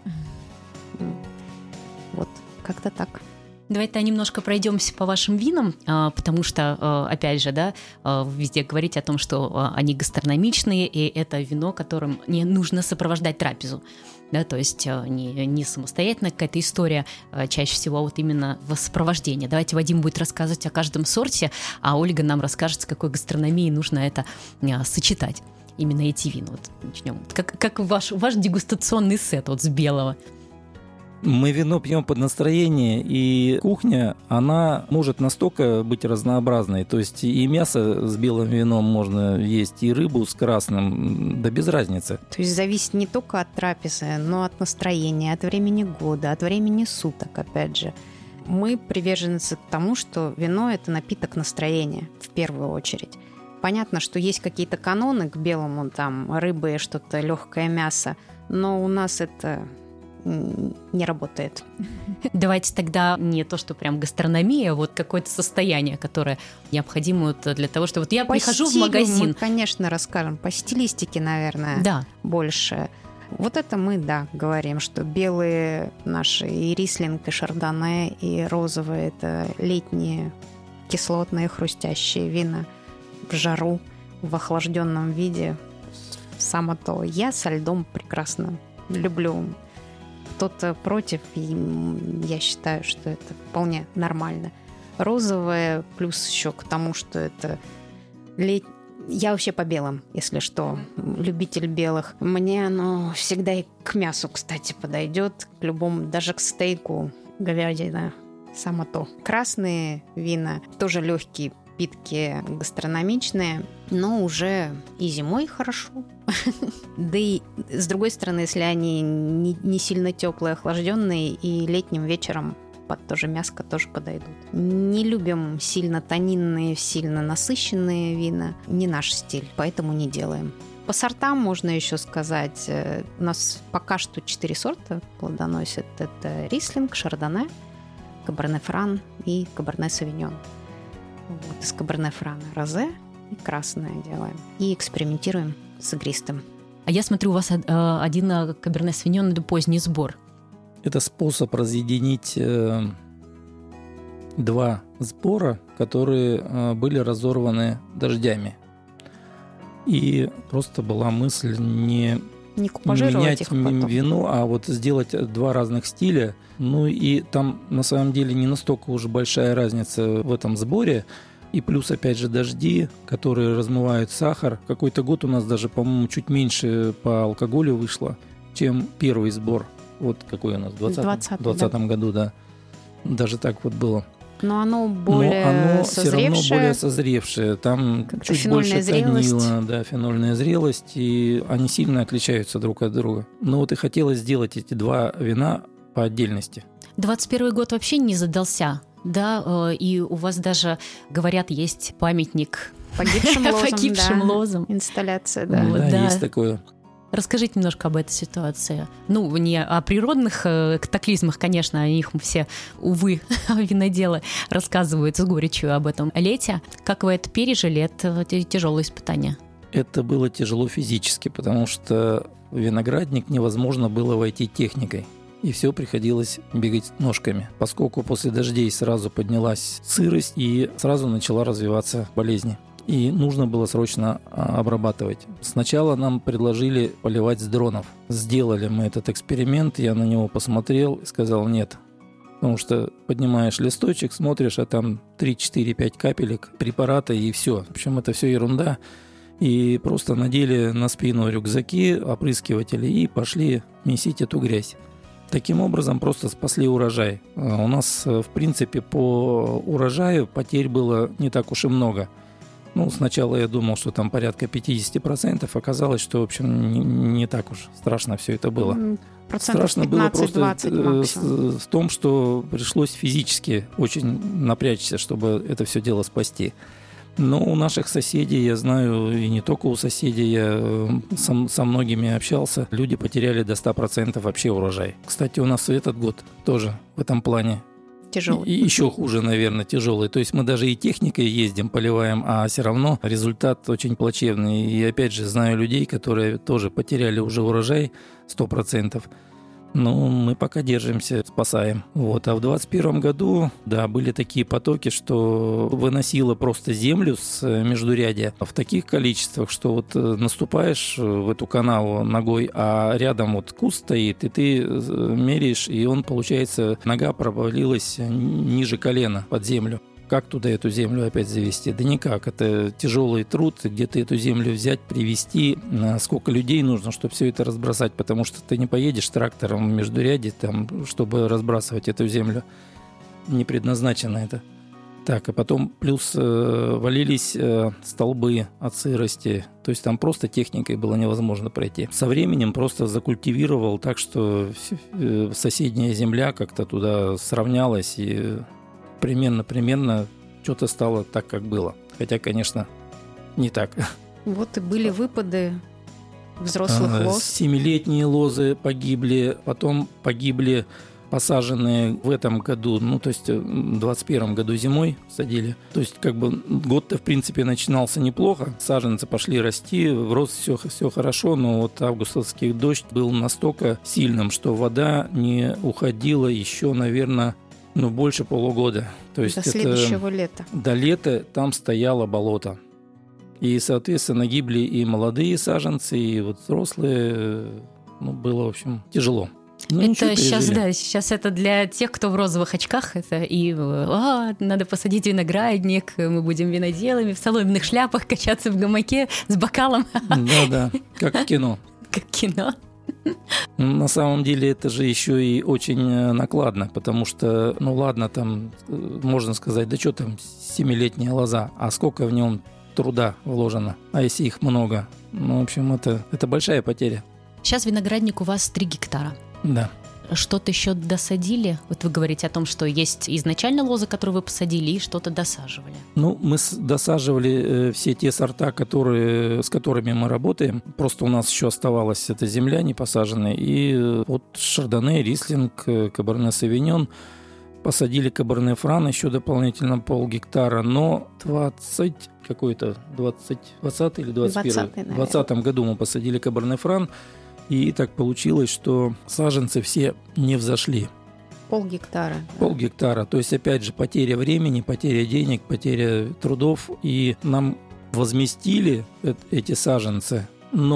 Вот, как-то так. Давайте немножко пройдемся по вашим винам, потому что, опять же, да, вы везде говорите о том, что они гастрономичные, и это вино, которым не нужно сопровождать трапезу. Да, то есть не, не самостоятельно какая-то история, чаще всего вот именно в сопровождении. Давайте Вадим будет рассказывать о каждом сорте, а Ольга нам расскажет, с какой гастрономией нужно это сочетать, именно эти вина. Вот начнем. Как, как ваш, ваш дегустационный сет вот с белого. Мы вино пьем под настроение, и кухня, она может настолько быть разнообразной. То есть и мясо с белым вином можно есть, и рыбу с красным, да без разницы. То есть зависит не только от трапезы, но от настроения, от времени года, от времени суток, опять же. Мы приверженцы к тому, что вино – это напиток настроения, в первую очередь. Понятно, что есть какие-то каноны к белому, там, рыбы, что-то легкое мясо, но у нас это... не работает. Давайте тогда не то, что прям гастрономия, а вот какое-то состояние, которое необходимо для того, чтобы... Вот я по прихожу стилю в магазин... мы, конечно, расскажем. По стилистике, наверное, да. больше. Вот это мы, да, говорим, что белые наши и рислинг, и шардоне, и розовые – это летние кислотные хрустящие вина в жару, в охлажденном виде. Само то. Я со льдом прекрасно люблю. Кто-то против, и я считаю, что это вполне нормально. Розовое, плюс еще к тому, что это лет... Я вообще по белым, если что, любитель белых. Мне оно всегда и к мясу, кстати, подойдет, к любому, даже к стейку, говядина, само то. Красные вина тоже легкие, питкие, гастрономичные, но уже и зимой хорошо. Да и с другой стороны, если они не, не сильно теплые, охлажденные, и летним вечером под тоже мяско тоже подойдут. Не любим сильно тонинные, сильно насыщенные вина. Не наш стиль, поэтому не делаем. По сортам можно еще сказать. У нас пока что четыре сорта плодоносят. Это рислинг, шардоне, каберне фран и каберне совиньон. Вот из каберне франа розе и красное делаем. И экспериментируем с игристым. А я смотрю, у вас один каберне совиньон – это поздний сбор. Это способ разъединить э, два сбора, которые э, были разорваны дождями. И просто была мысль не Не купажировать менять их потом. вино, а вот сделать два разных стиля. Ну и там на самом деле не настолько уж большая разница в этом сборе. И плюс, опять же, дожди, которые размывают сахар. Какой-то год у нас даже, по-моему, чуть меньше по алкоголю вышло, чем первый сбор. Вот какой у нас, в двадцатом году, да. Даже так вот было. Но оно более Но оно созревшее. все равно более созревшее. Там Как-то чуть больше зрелость. танила, да, фенольная зрелость. И они сильно отличаются друг от друга. Но вот и хотелось сделать эти два вина по отдельности. двадцать первый год вообще не задался, да, и у вас даже, говорят, есть памятник Погибшим лозам. Погибшим да. лозам. Инсталляция, да. Да, да. есть такое. Расскажите немножко об этой ситуации. Ну, не о природных э, катаклизмах, конечно, о них все, увы, виноделы рассказывают с горечью об этом лете. Как вы это пережили? Это тяжелое испытание. Это было тяжело физически, потому что в виноградник невозможно было войти техникой. И все приходилось бегать ножками, поскольку после дождей сразу поднялась сырость и сразу начала развиваться болезнь. И нужно было срочно обрабатывать. Сначала нам предложили поливать с дронов. Сделали мы этот эксперимент, я на него посмотрел и сказал нет. Потому что поднимаешь листочек, смотришь, а там три, четыре, пять капелек препарата и все. В общем, это все ерунда. И просто надели на спину рюкзаки, опрыскиватели и пошли месить эту грязь. Таким образом просто спасли урожай. У нас, в принципе, по урожаю потерь было не так уж и много. Ну, сначала я думал, что там порядка пятьдесят процентов. Оказалось, что, в общем, не, не так уж страшно все это было. Процентов страшно было просто пятнадцать-двадцать в том, что пришлось физически очень напрячься, чтобы это все дело спасти. Но у наших соседей, я знаю, и не только у соседей, я со, со многими общался, люди потеряли до ста процентов вообще урожай. Кстати, у нас и этот год тоже в этом плане тяжелый. И еще хуже, наверное, тяжелый. То есть мы даже и техникой ездим, поливаем, а все равно результат очень плачевный. И опять же, знаю людей, которые тоже потеряли уже урожай сто процентов. Но мы пока держимся, спасаем. Вот. А в двадцать первом году, да, были такие потоки, что выносило просто землю с междурядья в таких количествах, что вот наступаешь в эту канаву ногой, а рядом вот куст стоит, и ты меряешь, и он, получается, нога провалилась ниже колена под землю. Как туда эту землю опять завести? Да никак. Это тяжелый труд, где ты эту землю взять, привезти. Сколько людей нужно, чтобы все это разбросать, потому что ты не поедешь трактором в междуряде, там, чтобы разбрасывать эту землю. Не предназначено это. Так, а потом плюс э, валились э, столбы от сырости. То есть там просто техникой было невозможно пройти. Со временем просто закультивировал так, что э, соседняя земля как-то туда сравнялась и... Примерно-примерно что-то стало так, как было. Хотя, конечно, не так. Вот и были выпады взрослых лоз. Семилетние лозы погибли, потом погибли посаженные в этом году, ну, то есть в двадцать первом году зимой садили. То есть, как бы, год-то, в принципе, начинался неплохо. Саженцы пошли расти, рос все, все хорошо, но вот августовский дождь был настолько сильным, что вода не уходила еще, наверное, ну, больше полугода. То есть до это, следующего лета. До лета там стояло болото. И, соответственно, гибли и молодые саженцы, и вот взрослые. Ну, было, в общем, тяжело. Ну, это сейчас, да, сейчас это для тех, кто в розовых очках, это и а, надо посадить виноградник, мы будем виноделами в соломенных шляпах качаться в гамаке с бокалом. Да-да, как в кино. Как кино. На самом деле это же еще и очень накладно, потому что, ну ладно, там можно сказать, да что там, семилетняя лоза, а сколько в нем труда вложено, а если их много? Ну, в общем, это, это большая потеря. Сейчас виноградник у вас три гектара. Да. Что-то еще досадили? Вот вы говорите о том, что есть изначально лозы, которые вы посадили, и что-то досаживали. Ну, мы досаживали э, все те сорта, которые, с которыми мы работаем. Просто у нас еще оставалась эта земля не посаженная. И э, вот шардоне, рислинг, каберне савиньон. Посадили каберне фран еще дополнительно полгектара, но двадцать какой-то, двадцать, двадцатый или двадцать первый? В двадцатом году мы посадили каберне фран. И так получилось, что саженцы все не взошли. Полгектара. Полгектара. То есть, опять же, потеря времени, потеря денег, потеря трудов. И нам возместили эти саженцы. Но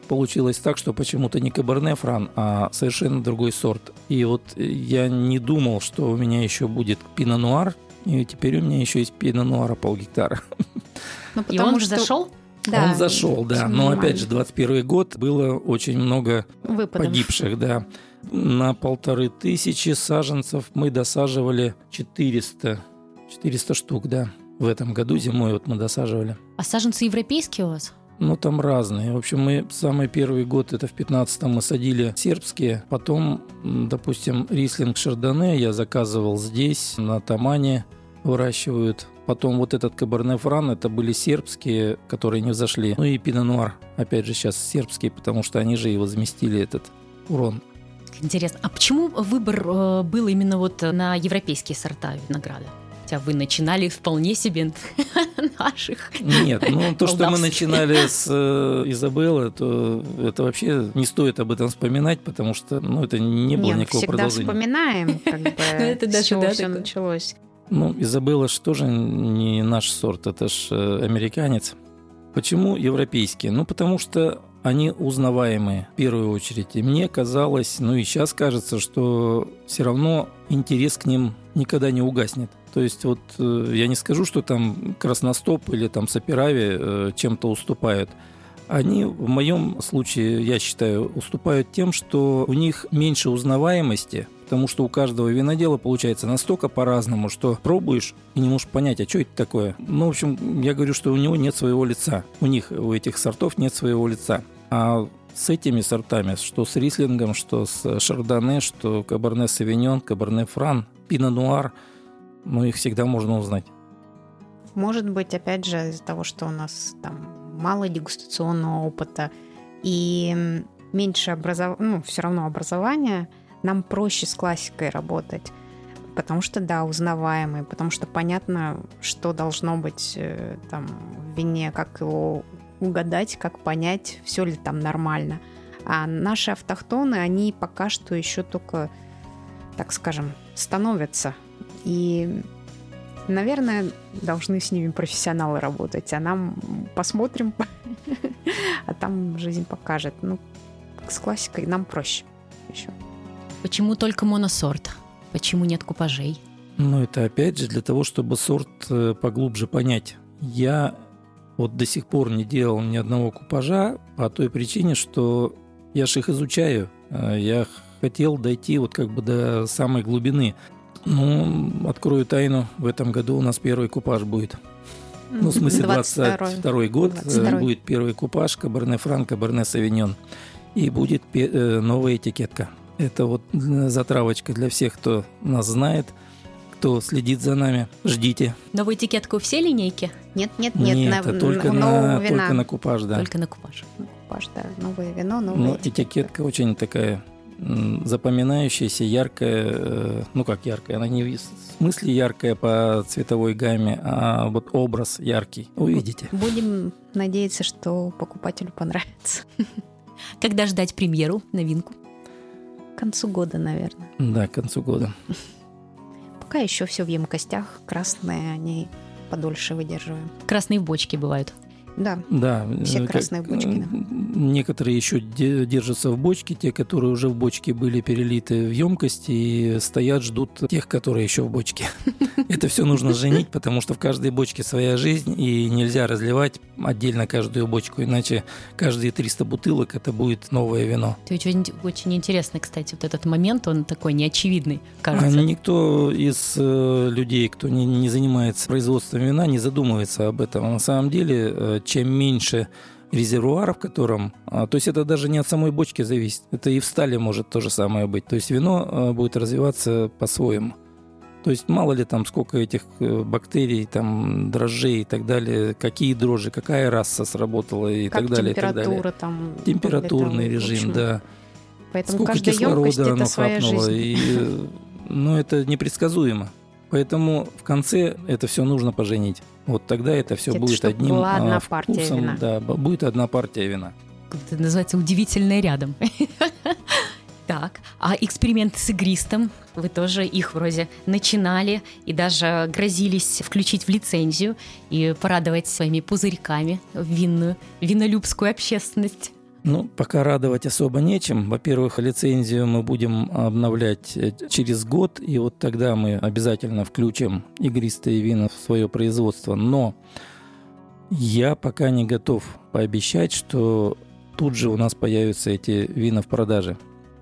получилось так, что почему-то не Каберне Фран, а совершенно другой сорт. И вот я не думал, что у меня еще будет Пино Нуар, и теперь у меня еще есть Пино Нуара полгектара. Ну, и он уже что... зашел? Да, он зашел, да. Но опять же, двадцать первый год было очень много выпадов. Погибших, да. На полторы тысячи саженцев мы досаживали четыреста, четыреста штук, да. В этом году зимой вот мы досаживали. А саженцы европейские у вас? Ну, там разные. В общем, мы самый первый год, это в пятнадцатом, мы садили сербские. Потом, допустим, рислинг шардоне я заказывал здесь, на Тамане выращивают. Потом вот этот Каберне Фран, это были сербские, которые не взошли. Ну и Пино Нуар, опять же, сейчас сербские, потому что они же и возместили этот урон. Интересно. А почему выбор э, был именно вот на европейские сорта винограда? Хотя вы начинали вполне себе наших. Нет, ну то, что мы начинали с э, Изабеллы, то это вообще не стоит об этом вспоминать, потому что ну, это не было Нет, никакого всегда продолжения. Вспоминаем, как бы, с чего все началось. Ну, Изабелла же тоже не наш сорт, это ж американец. Почему европейские? Ну, потому что они узнаваемые, в первую очередь. И мне казалось, ну и сейчас кажется, что все равно интерес к ним никогда не угаснет. То есть вот я не скажу, что там Красностоп или там Саперави чем-то уступают. Они в моем случае, я считаю, уступают тем, что у них меньше узнаваемости, потому что у каждого винодела получается настолько по-разному, что пробуешь и не можешь понять, а что это такое. Ну, в общем, я говорю, что у него нет своего лица. У них, у этих сортов нет своего лица. А с этими сортами, что с рислингом, что с шардоне, что Каберне Савиньон, Каберне Фран, Пино Нуар, ну, их всегда можно узнать. Может быть, опять же, из-за того, что у нас там мало дегустационного опыта и меньше образов... ну, все равно образования, нам проще с классикой работать, потому что, да, узнаваемый, потому что понятно, что должно быть там в вине, как его угадать, как понять, все ли там нормально. А наши автохтоны, они пока что еще только, так скажем, становятся. И, наверное, должны с ними профессионалы работать, а нам посмотрим, а там жизнь покажет. Ну, с классикой нам проще еще. Почему только моносорт? Почему нет купажей? Ну, это опять же для того, чтобы сорт поглубже понять. Я вот до сих пор не делал ни одного купажа по той причине, что я же их изучаю. Я хотел дойти вот как бы до самой глубины. Ну, открою тайну, в этом году у нас первый купаж будет. Ну, в смысле, двадцать второй год двадцать второй. Будет первый купаж Каберне Фран, Каберне Савиньон. И будет новая этикетка. Это вот затравочка для всех, кто нас знает, кто следит за нами. Ждите. Новую этикетку все линейки? Нет, нет, нет. Нет, на, только, на, только на купаж, да. Только на купаж. На купаж, да. Новое вино, новая ну, этикетка. Этикетка очень такая запоминающаяся, яркая. Ну, как яркая? Она не в смысле яркая по цветовой гамме, а вот образ яркий. Увидите. Будем надеяться, что покупателю понравится. Когда ждать премьеру, новинку? К концу года, наверное. Да, к концу года. Пока еще все в емкостях. Красные, они подольше выдерживаем. Красные в бочке бывают. Да, да, все красные как, бочки. Да. Некоторые еще держатся в бочке, те, которые уже в бочке были перелиты в емкость и стоят, ждут тех, которые еще в бочке. Это все нужно женить, потому что в каждой бочке своя жизнь, и нельзя разливать отдельно каждую бочку, иначе каждые триста бутылок это будет новое вино. Это очень, очень интересно, кстати, вот этот момент, он такой неочевидный, кажется. А никто из э, людей, кто не, не занимается производством вина, не задумывается об этом. А на самом деле, э, чем меньше резервуар, в котором... А, то есть это даже не от самой бочки зависит. Это и в стали может то же самое быть. То есть вино а, будет развиваться по-своему. То есть мало ли там сколько этих бактерий, там дрожжей и так далее, какие дрожжи, какая раса сработала и как так далее. Температура там... Температурный это, режим, да. Поэтому сколько каждая емкость – это своя жизнь. И, ну, это непредсказуемо. Поэтому в конце это все нужно поженить. Вот тогда это все это будет одним была одна вкусом. Партия вина. Да, будет одна партия вина. Это называется удивительное рядом. Так, а эксперименты с игристом, вы тоже их вроде начинали и даже грозились включить в лицензию и порадовать своими пузырьками винную, винолюбскую общественность. Ну, пока радовать особо нечем. Во-первых, лицензию мы будем обновлять через год, и вот тогда мы обязательно включим игристые вина в свое производство. Но я пока не готов пообещать, что тут же у нас появятся эти вина в продаже.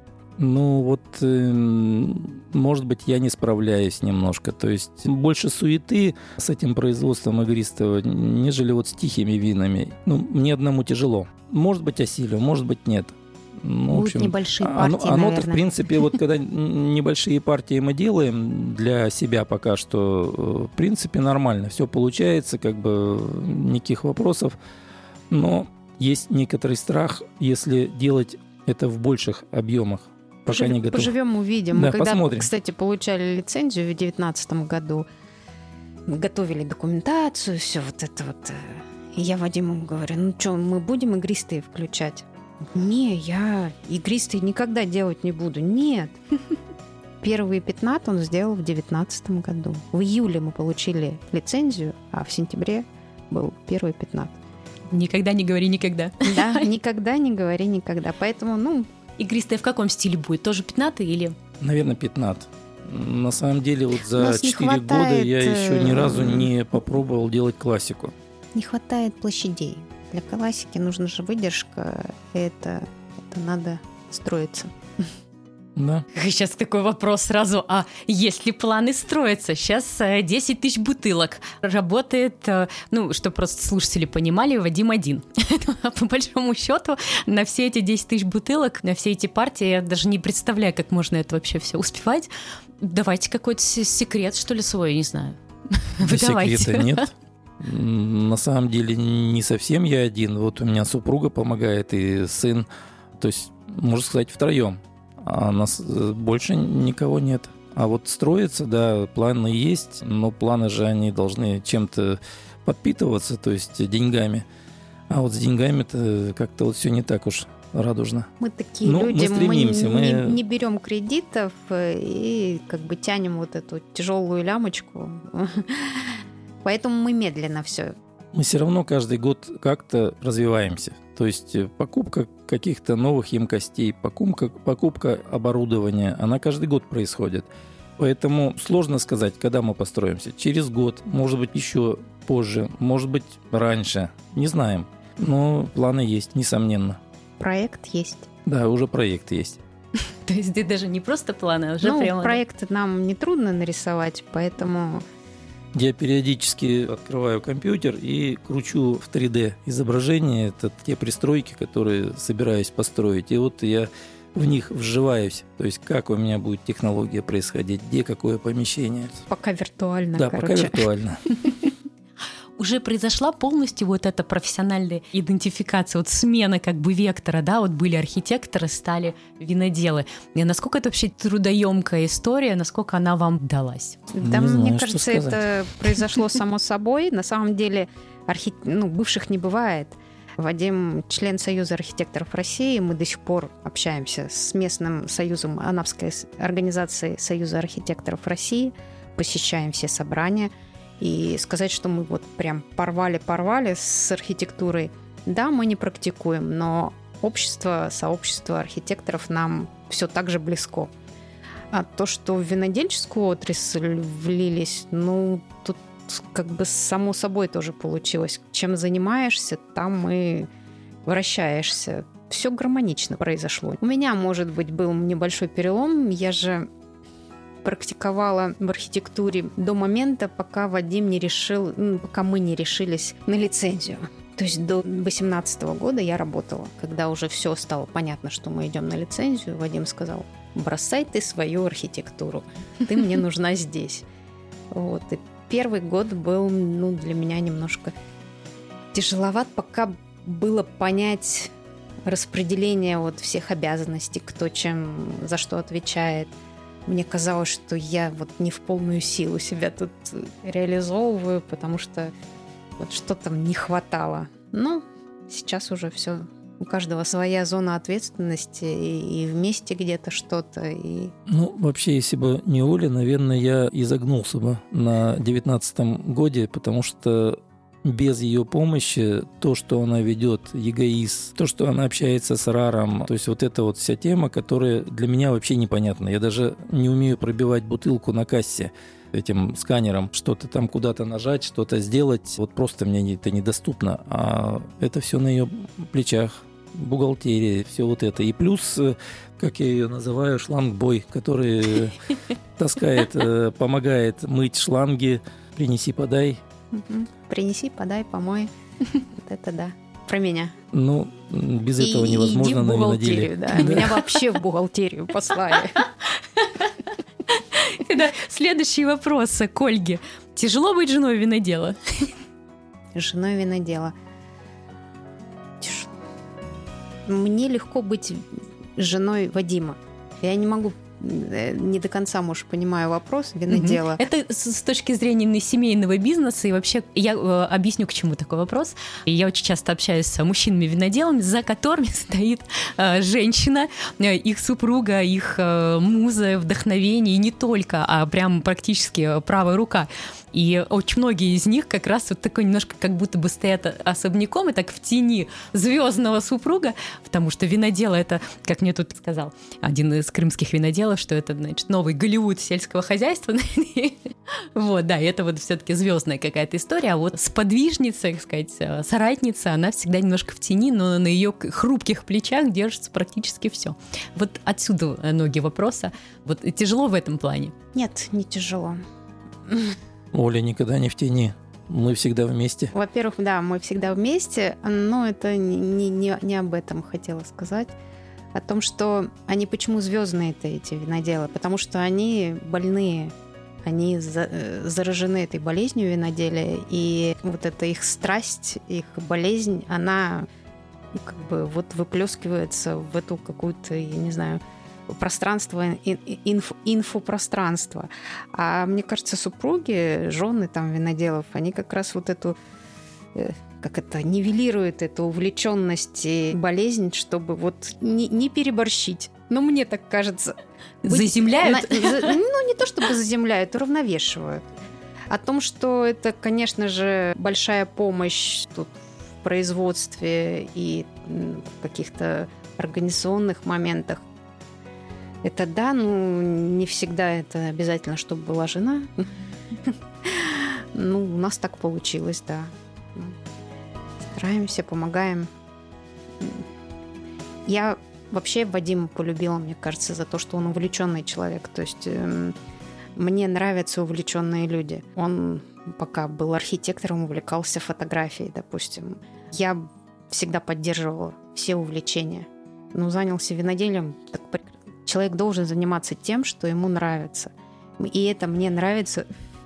Ну вот, э, может быть, я не справляюсь немножко. То есть больше суеты с этим производством игристого, нежели вот с тихими винами. Ну, мне одному тяжело. Может быть, осилю, может быть, нет. Ну, Будут в общем, небольшие партии, оно, наверное. в принципе, вот когда небольшие партии мы делаем для себя пока что, в принципе, нормально. Все получается, как бы никаких вопросов. Но есть некоторый страх, если делать это в больших объемах. Пока Пожив... не готов. Поживем, увидим. Да, Мы когда, посмотрим. кстати, получали лицензию в две тысячи девятнадцатом году, мы готовили документацию, все вот это вот. И я Вадиму говорю, ну что, мы будем игристые включать? Не, я игристые никогда делать не буду. Нет. Первый пятнат он сделал в девятнадцатом году. В июле мы получили лицензию, а в сентябре был первый пятнат. Никогда не говори никогда. Да, никогда не говори никогда. Поэтому, ну... Игристая в каком стиле будет? Тоже пятнатый или... Наверное, пятнат. На самом деле, вот У за нас не четыре года хватает, я еще ни э, разу не попробовал делать классику. Не хватает площадей. Для классики нужна же выдержка. Это, это надо строиться. Да. Сейчас такой вопрос сразу. А есть ли планы строиться? Сейчас десять тысяч бутылок. Работает, ну, чтобы просто слушатели понимали, Вадим один. По большому счету, на все эти десять тысяч бутылок, на все эти партии, я даже не представляю, как можно это вообще все успевать. Давайте какой-то секрет, что ли, свой, не знаю. Выдавайте. Секрета нет. На самом деле не совсем я один. Вот у меня супруга помогает и сын. То есть, можно сказать, втроем. А нас больше никого нет. А вот строится, да, планы есть, но планы же они должны чем-то подпитываться, то есть деньгами. А вот с деньгами-то как-то вот все не так уж радужно. Мы такие ну, люди, мы, стремимся, мы, не, мы не берем кредитов и как бы тянем вот эту тяжелую лямочку. Поэтому мы медленно все. Мы все равно каждый год как-то развиваемся. То есть покупка каких-то новых емкостей, покупка, покупка оборудования, она каждый год происходит. Поэтому сложно сказать, когда мы построимся. Через год, может быть, еще позже, может быть, раньше. Не знаем. Но планы есть, несомненно. Проект есть. Да, уже проект есть. То есть это даже не просто планы, а уже ну, прямо... проекты нам нетрудно нарисовать, поэтому... Я периодически открываю компьютер и кручу в три дэ изображения. Это те пристройки, которые собираюсь построить. И вот я в них вживаюсь. То есть как у меня будет технология происходить, где какое помещение. Пока виртуально, да, короче. пока виртуально. Уже произошла полностью вот эта профессиональная идентификация, вот смена как бы вектора, да, вот были архитекторы, стали виноделы. И насколько это вообще трудоемкая история, насколько она вам далась? Да, Не мне знаю, кажется, что сказать. это произошло само собой. На самом деле архи... ну, бывших не бывает. Вадим – член Союза архитекторов России. Мы до сих пор общаемся с местным союзом, Анапской организацией Союза архитекторов России, посещаем все собрания. И сказать, что мы вот прям порвали-порвали с архитектурой, да, мы не практикуем, но общество, сообщество архитекторов нам все так же близко. А то, что в винодельческую отрасль влились, ну, тут как бы само собой тоже получилось. Чем занимаешься, там и вращаешься. Все гармонично произошло. У меня, может быть, был небольшой перелом. Я же практиковала в архитектуре до момента, пока Вадим не решил, ну, пока мы не решились на лицензию. То есть до две тысячи восемнадцатого года я работала. Когда уже все стало понятно, что мы идем на лицензию, Вадим сказал: бросай ты свою архитектуру, ты мне нужна здесь. Вот. И первый год был, ну, для меня немножко тяжеловат, пока было понять распределение вот всех обязанностей, кто чем, за что отвечает. Мне казалось, что я вот не в полную силу себя тут реализовываю, потому что вот что-то не хватало. Но сейчас уже все. У каждого своя зона ответственности, и, и вместе где-то что-то. И... Ну, вообще, если бы не Оля, наверное, я изогнулся бы на девятнадцатом годе, потому что без ее помощи, то, что она ведет эгоист, то, что она общается с раром, то есть вот эта вот вся тема, которая для меня вообще непонятна. Я даже не умею пробивать бутылку на кассе этим сканером, что-то там куда-то нажать, что-то сделать. Вот просто мне это недоступно. А это все на ее плечах. Бухгалтерия, все вот это. И плюс, как я ее называю, шлангбой, который таскает, помогает мыть шланги. Принеси, подай. Принеси, подай, помой. Вот это да. Про меня. Ну, без этого и, невозможно на виноделии. Да. Меня вообще в бухгалтерию послали. Следующий вопрос к Ольге. Тяжело быть женой винодела? Женой винодела. Мне легко быть женой Вадима. Я не могу, не до конца, может, понимаю вопрос винодела. Угу. Это с точки зрения семейного бизнеса. И вообще, я э, объясню, к чему такой вопрос. Я очень часто общаюсь с мужчинами-виноделами, за которыми стоит э, женщина, э, их супруга, их э, муза, вдохновение, и не только, а прям практически правая рука. И очень многие из них как раз вот такой немножко как будто бы стоят особняком и так в тени звездного супруга, потому что винодело — это, как мне тут сказал один из крымских виноделов, что это, значит, новый Голливуд сельского хозяйства. Вот, да, это вот все-таки звездная какая-то история. А вот сподвижница, так сказать, соратница, она всегда немножко в тени, но на ее хрупких плечах держится практически все. Вот отсюда многие вопросы. Вот тяжело в этом плане? Нет, не тяжело. Оля никогда не в тени. Мы всегда вместе. Во-первых, да, мы всегда вместе, но это не, не, не об этом хотела сказать. О том, что они почему звездные-то, эти виноделы? Потому что они больные, они за, заражены этой болезнью виноделия, и вот эта их страсть, их болезнь, она как бы вот выплескивается в эту какую-то, я не знаю, пространство, инф, инфопространство. А мне кажется, супруги, жены там виноделов, они как раз вот эту, как это, нивелируют эту увлеченность и болезнь, чтобы вот не, не переборщить. Но мне так кажется. Заземляют? На, за, ну, не то чтобы заземляют, уравновешивают. О том, что это, конечно же, большая помощь тут в производстве и в каких-то организационных моментах. Это да, ну, не всегда это обязательно, чтобы была жена. Ну, у нас так получилось, да. Стараемся, помогаем. Я вообще Вадима полюбила, мне кажется, за то, что он увлеченный человек. То есть э, мне нравятся увлеченные люди. Он, пока был архитектором, увлекался фотографией, допустим. Я всегда поддерживала все увлечения. Ну, занялся виноделием, так прекрасно. Человек должен заниматься тем, что ему нравится. И это мне нравится,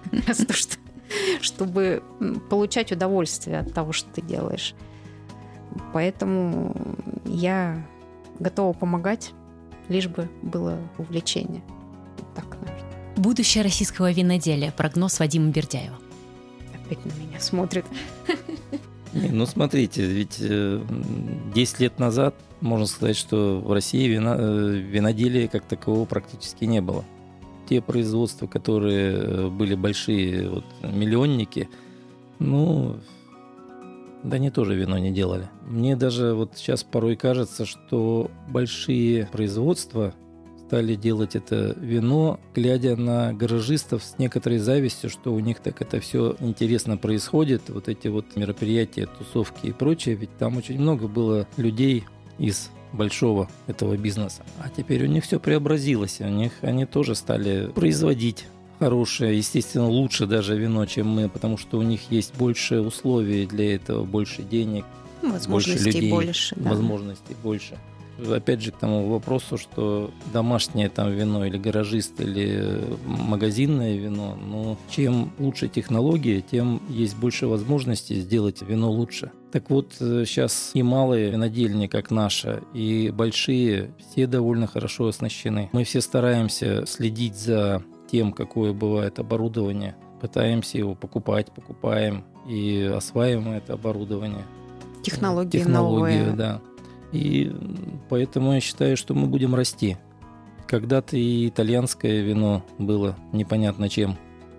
чтобы получать удовольствие от того, что ты делаешь. Поэтому я готова помогать, лишь бы было увлечение. Так, наверное. Будущее российского виноделия. Прогноз Вадима Бердяева. Опять на меня смотрит. Не, ну, смотрите, ведь десять лет назад можно сказать, что в России вино, виноделия как такового практически не было. Те производства, которые были большие, вот, миллионники, ну, да они тоже вино не делали. Мне даже вот сейчас порой кажется, что большие производства стали делать это вино, глядя на гаражистов с некоторой завистью, что у них так это все интересно происходит, вот эти вот мероприятия, тусовки и прочее, ведь там очень много было людей из большого этого бизнеса. А теперь у них все преобразилось, у них они тоже стали производить хорошее, естественно, лучше даже вино, чем мы, потому что у них есть больше условий для этого, больше денег, возможностей больше людей, больше, да. возможностей больше. Опять же, к тому вопросу, что домашнее там вино или гаражист, или магазинное вино, ну, чем лучше технологии, тем есть больше возможностей сделать вино лучше. Так вот, сейчас и малые винодельни, как наша, и большие, все довольно хорошо оснащены. Мы все стараемся следить за тем, какое бывает оборудование, пытаемся его покупать, покупаем и осваиваем это оборудование. Технологии, Технологию, новые. Да. И поэтому я считаю, что мы будем расти. Когда-то и итальянское вино было непонятно чем.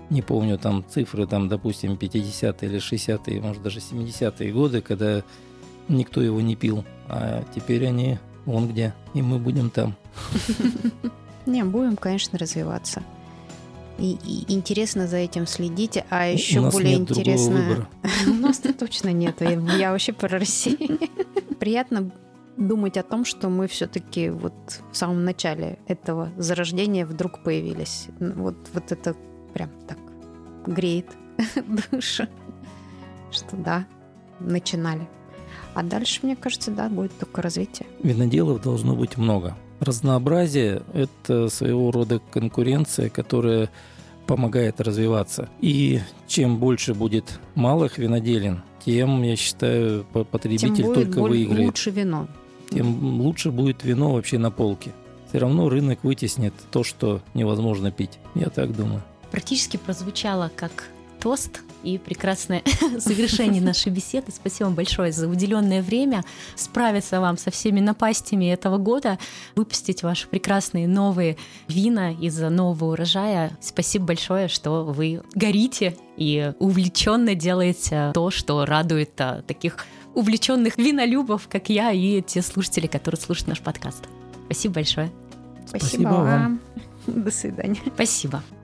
не помню там цифры, там, допустим, пятидесятые или шестидесятые, может, даже семидесятые годы, когда никто его не пил. А теперь они вон где, и мы будем там. Не, будем, конечно, развиваться. И, и интересно за этим следить, а еще более интересно... У нас-то точно нет. Я вообще про Россию. Приятно думать о том, что мы все-таки вот в самом начале этого зарождения вдруг появились. Вот, вот это прям так греет душу, что да, начинали. А дальше, мне кажется, да, будет только развитие. Виноделов должно быть много. Разнообразие – это своего рода конкуренция, которая помогает развиваться. И чем больше будет малых виноделин, тем, я считаю, потребитель тем будет только выиграет. Лучше вино. Тем лучше будет вино вообще на полке. Все равно рынок вытеснит то, что невозможно пить. Я так думаю. Практически прозвучало как тост и прекрасное завершение нашей беседы. Спасибо большое за уделенное время. Справиться вам со всеми напастями этого года, выпустить ваши прекрасные новые вина из нового урожая. Спасибо большое, что вы горите и увлеченно делаете то, что радует таких увлеченных винолюбов, как я, и те слушатели, которые слушают наш подкаст. Спасибо большое. Спасибо, Спасибо вам. До свидания. Спасибо.